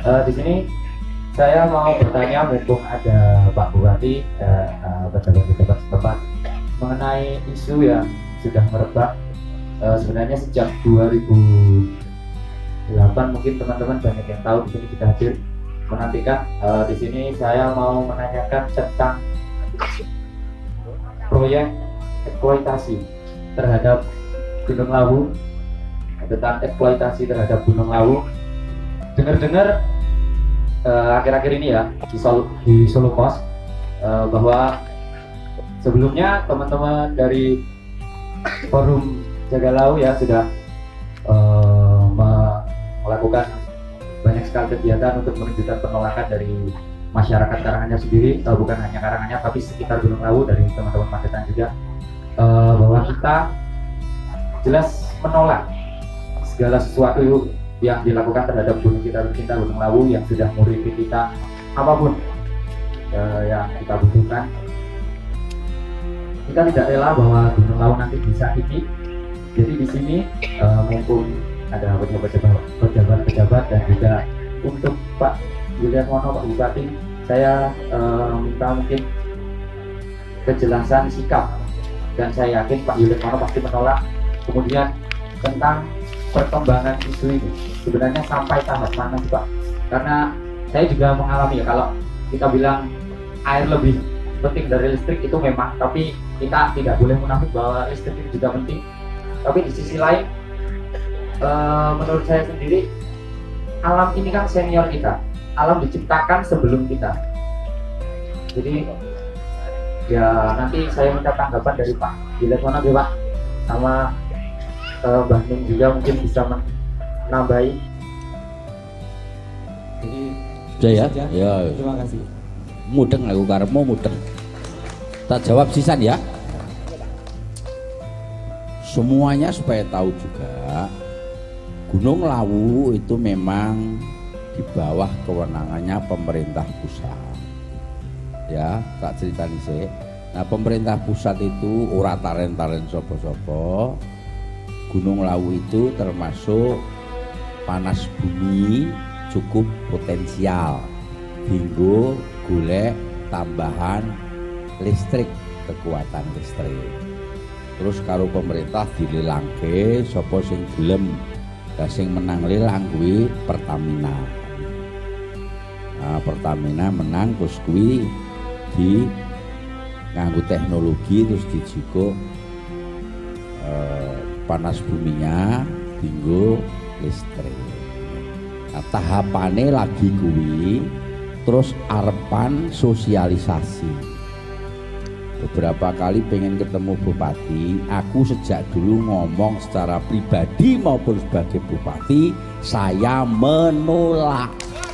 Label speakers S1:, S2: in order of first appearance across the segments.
S1: Di sini saya mau bertanya, mumpung ada Pak Bupati dan pejabat-pejabat setempat, mengenai isu yang sudah merebak sebenarnya sejak 2008. Mungkin teman-teman banyak yang tahu, di sini kita hadir menantikan. Di sini saya mau menanyakan tentang proyek eksploitasi terhadap Gunung Lawu, tentang eksploitasi terhadap Gunung Lawu. Dengar-dengar akhir-akhir ini ya di Solo Pos bahwa sebelumnya teman-teman dari Forum Jaga Lawu ya sudah melakukan banyak sekali kegiatan untuk menunjukkan penolakan dari masyarakat Karanganyar sendiri, bukan hanya Karanganyar tapi sekitar Gunung Lawu, dari teman-teman Magetan juga, bahwa kita jelas menolak segala sesuatu yang dilakukan terhadap gunung kita tercinta, Gunung Lawu, yang sudah menguripi kita apapun yang kita butuhkan. Kita tidak rela bahwa Gunung Lawu nanti disakiti. Jadi di sini mumpung ada pejabat-pejabat dan juga untuk Pak Yuliantono, Pak Bupati, saya minta mungkin kejelasan sikap, dan saya yakin Pak Yuliantono pasti menolak. Kemudian tentang perkembangan isu ini sebenarnya sampai tahap mana sih Pak? Karena saya juga mengalami ya, kalau kita bilang air lebih penting dari listrik itu memang, tapi kita tidak boleh munafik bahwa listrik itu juga penting. Tapi di sisi lain, menurut saya sendiri, alam ini kan senior kita, alam diciptakan sebelum kita. Jadi ya nanti saya minta tanggapan dari Pak Yuliantono ya Pak, sama Mbak Ning juga mungkin bisa menambahi.
S2: Jadi
S3: sudah ya? Ya.
S2: Terima kasih.
S3: Mudeng aku karepmu mudeng. Tak jawab sisan ya. Semuanya supaya tahu juga, Gunung Lawu itu memang di bawah kewenangannya pemerintah pusat. Ya, tak cerita nih. Nah, pemerintah pusat itu ora taren-taren sopo-sopo. Gunung Lawu itu termasuk panas bumi cukup potensial hingga golek tambahan listrik, kekuatan listrik. Terus karo pemerintah dililangke sapa sing gelem, sing menang lilang kuwi Pertamina. Nah, Pertamina menang terus kuwi di nganggo teknologi terus dijiko panas buminya dinggo listrik. Nah, tahapane lagi kuwi terus arepan sosialisasi. Beberapa kali pengen ketemu bupati, aku sejak dulu ngomong secara pribadi maupun sebagai bupati, saya menolak.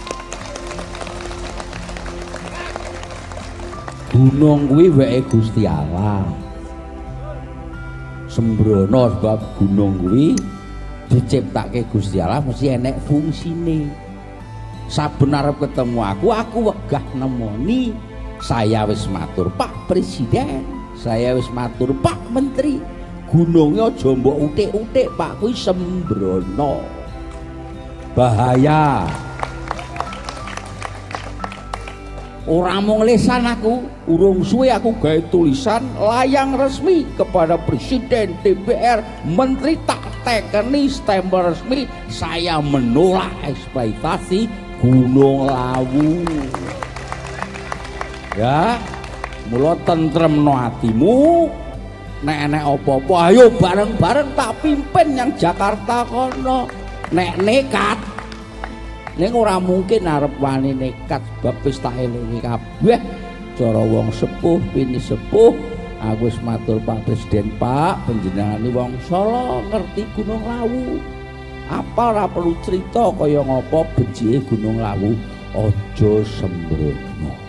S3: Gunung kuwi weke Gusti Allah. Sembrono sebab gunung kuwi diciptake Gusti Allah mesti enek fungsine. Saben arep ketemu aku wegah nemoni. Saya wis matur Pak Presiden, saya wis matur Pak Menteri, gunungnya aja mbok utik-utik Pak, kuwi sembrono. Bahaya. Ora mung lisan aku, urung suwe aku gawe tulisan layang resmi kepada Presiden, DPR, Menteri, tak tekeni stempel resmi, saya menolak eksploitasi Gunung Lawu. Ya, mula tentremno atimu, nek enek apa-apa ayo bareng-bareng tak pimpin yang Jakarta kono. Nek nekat ning ora mungkin arep wani nekat sebab wis tak elingi kabeh cara wong sepuh pini sepuh. Aku wis matur Pak Presiden, Pak panjenengane wong Solo ngerti Gunung Lawu. Apa ora perlu cerita kaya ngapa becike Gunung Lawu, aja sembrono.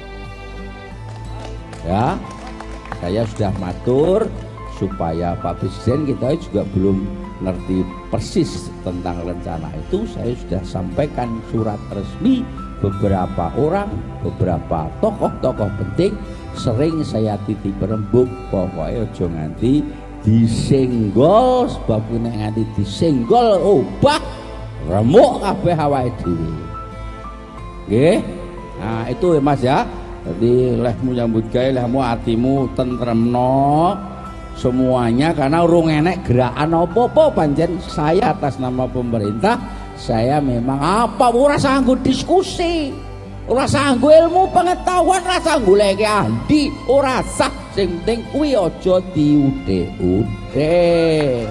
S3: Ya, saya sudah matur supaya Pak Presiden kita juga belum ngerti persis tentang rencana itu. Saya sudah sampaikan surat resmi beberapa orang, beberapa tokoh-tokoh penting, sering saya titip rembuk pokoknya aja nganti disenggol, sebab nek nganti disenggol obah remuk kabeh awake dhewe. Nggih. Nah, itu ya Mas ya. Jadi lehmu nyambut gawe, lehmu atimu tentremno semuanya karena urung enek gerakan apa-apa pancen saya atas nama pemerintah saya memang apa ora sanggup diskusi. Ora sanggup ilmu pengetahuan, ora sanggup leke andi, ora sah sing penting kuwi aja diude-ude.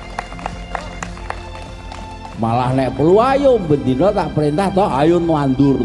S3: Malah nek perlu ayo bendina tak perintah toh ayo nandur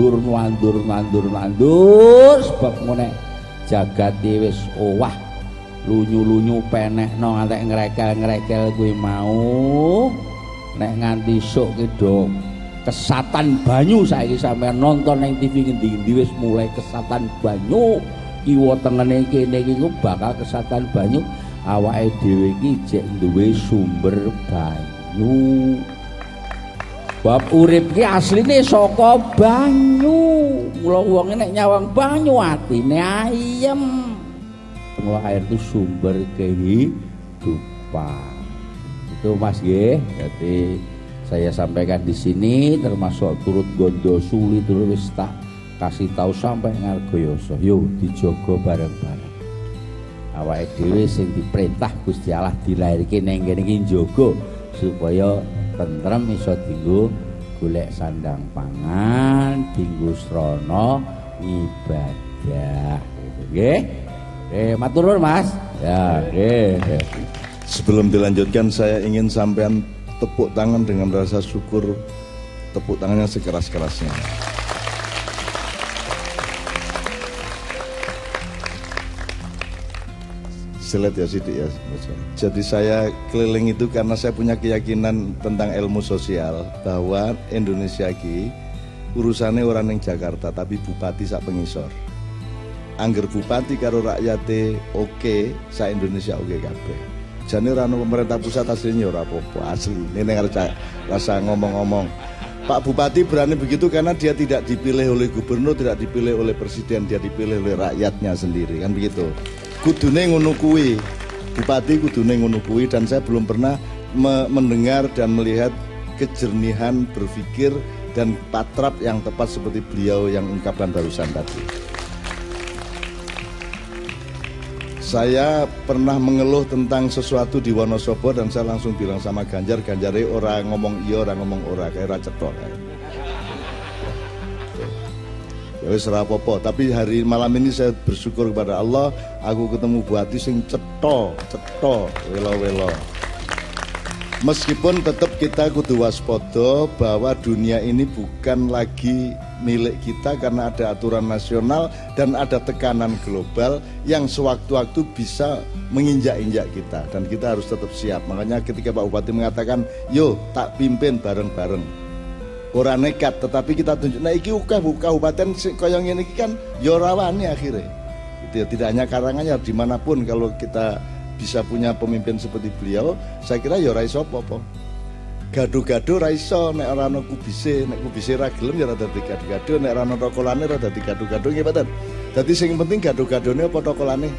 S3: sebab ngene jagat wis owah lunyu-lunyu penekno ngantek ngrekel-ngrekel kuwi mau nek nganti sok ki do kesatan banyu saiki sampean nonton ning TV ngendi-endi wis mulai kesatan banyu kiwa tengene kene iki bakal kesatan banyu awake dhewe iki jek duwe sumber banyu. Bab urip ki asline saka banyu. Mula wong nek nyawang banyu atine ayem. Mula air itu sumber kehidupan. Itu Mas nggih. Jadi saya sampaikan di sini termasuk turut gondo suli terus wis tak kasih tahu sampai ngargoyoso. Yo dijogo bareng-bareng. Awake dhewe sing diperintah Gusti Allah dilairke ning kene iki njogo supaya tentrem iso dinggo golek sandang pangan, dinggo srana ibadah gitu nggih. Matur nuwun Mas. Ya, nggih.
S2: Sebelum dilanjutkan saya ingin sampean tepuk tangan dengan rasa syukur, tepuk tangannya sekeras-kerasnya. Silet ya sidik ya. Jadi saya keliling itu karena saya punya keyakinan tentang ilmu sosial bahwa Indonesia ini urusannya orang yang Jakarta tapi bupati sak pengisor. Angger bupati karo rakyate oke, sak Indonesia oke kabeh. Jane ora pemerintah pusat aslinya ora apa-apa asli. Ini rasa ngomong-ngomong. Pak Bupati berani begitu karena dia tidak dipilih oleh gubernur, tidak dipilih oleh presiden, dia dipilih oleh rakyatnya sendiri kan begitu. Kudune ngono kuwi, bupati kudune ngono kuwi dan saya belum pernah mendengar dan melihat kejernihan berpikir dan patrap yang tepat seperti beliau yang ungkapkan barusan tadi. Saya pernah mengeluh tentang sesuatu di Wonosobo dan saya langsung bilang sama Ganjar, Ganjare ora ngomong iya, ora ngomong ora, kayak ra cetok. Ya wis ora apa-apa, tapi hari malam ini saya bersyukur kepada Allah, aku ketemu bupati sing cetha, welo-welo. Meskipun tetap kita kudu waspada bahwa dunia ini bukan lagi milik kita karena ada aturan nasional dan ada tekanan global yang sewaktu-waktu bisa menginjak-injak kita dan kita harus tetap siap. Makanya ketika Pak Bupati mengatakan, "Yo, tak pimpin bareng-bareng." Ora nekat, tetapi kita tunjuk. Nah, iki kabupaten kaya ngene iki kan yo rawani akhirnya. Itu ya, tidak hanya Karanganyar, dimanapun kalau kita bisa punya pemimpin seperti beliau, saya kira ya ora iso apa-apa. Gaduh-gaduh ra iso nek ora ana kubise, nek kubise ra gelem ya ora dadi gaduh-gaduh, nek ora ana tokolane ora dadi gaduh-gaduh nggih mboten. Dadi sing penting gaduh-gaduhne apa tokolane.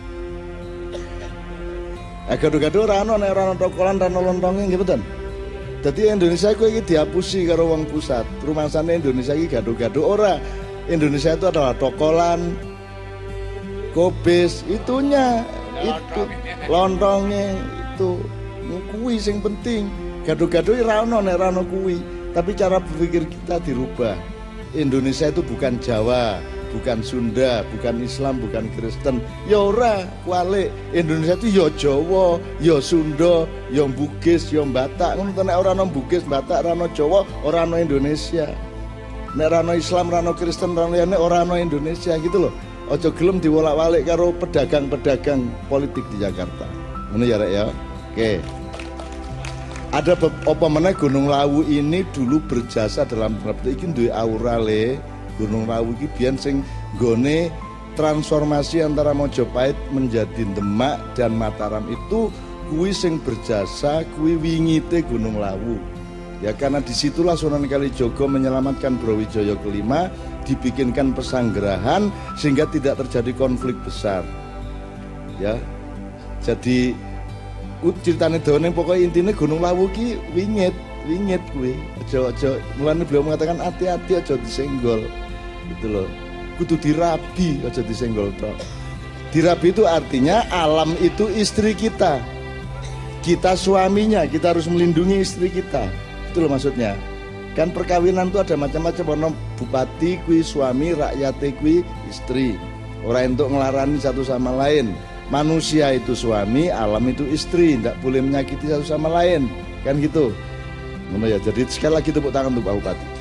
S2: Gaduh-gaduh ora ana nek ora ana tokolan ra ana lontonge nggih mboten. Dadi Indonesia kuwi iki dihapusi karo wong pusat. Rumangsane Indonesia iki gaduh-gaduh ora. Indonesia itu adalah tokolan, kobis, itunya, itu lontongnya itu kuwi sing penting. Gaduh-gaduh ora ono nek ora ono kuwi. Tapi cara berpikir kita dirubah. Indonesia itu bukan Jawa, bukan Sunda, bukan Islam, bukan Kristen. Ya ora, kualik. Indonesia itu ya Jawa, ya Sunda, ya Bugis, ya Batak. Ngono nek ora ono Bugis, Batak, ora ono Jawa, ora ono Indonesia. Nek ora ono Islam, ora ono Kristen, ora ono ora ono Indonesia gitu loh. Ojo gelem diwolak-walik karo pedagang-pedagang politik di Jakarta. Ngono ya rek ya. Oke. Ada apa meneh Gunung Lawu ini dulu berjasa dalam iki duwe aura le. Gunung Lawu iki biyen sing nggone transformasi antara Mojopahit menjadi Demak dan Mataram itu kuwi sing berjasa kuwi wingite Gunung Lawu. Ya karena disitulah Sunan Kalijogo menyelamatkan Brawijaya kelima, dibikinkan pesanggerahan sehingga tidak terjadi konflik besar. Ya, jadi ceritane dawane pokoknya intinya Gunung Lawu ki wingit wingit kuwi. Aja mulane beliau mengatakan hati-hati aja disenggol. Gitu loh. Kudu dirabi aja disenggol tok. Dirabi itu artinya alam itu istri kita. Kita suaminya, kita harus melindungi istri kita. Itu loh maksudnya. Kan perkawinan itu ada macam-macam, ono bupati kuwi suami, rakyat kuwi istri. Orang untuk ngelarani satu sama lain. Manusia itu suami, alam itu istri, tidak boleh menyakiti satu sama lain. Kan gitu. Jadi sekali lagi tepuk tangan untuk Pak Bupati.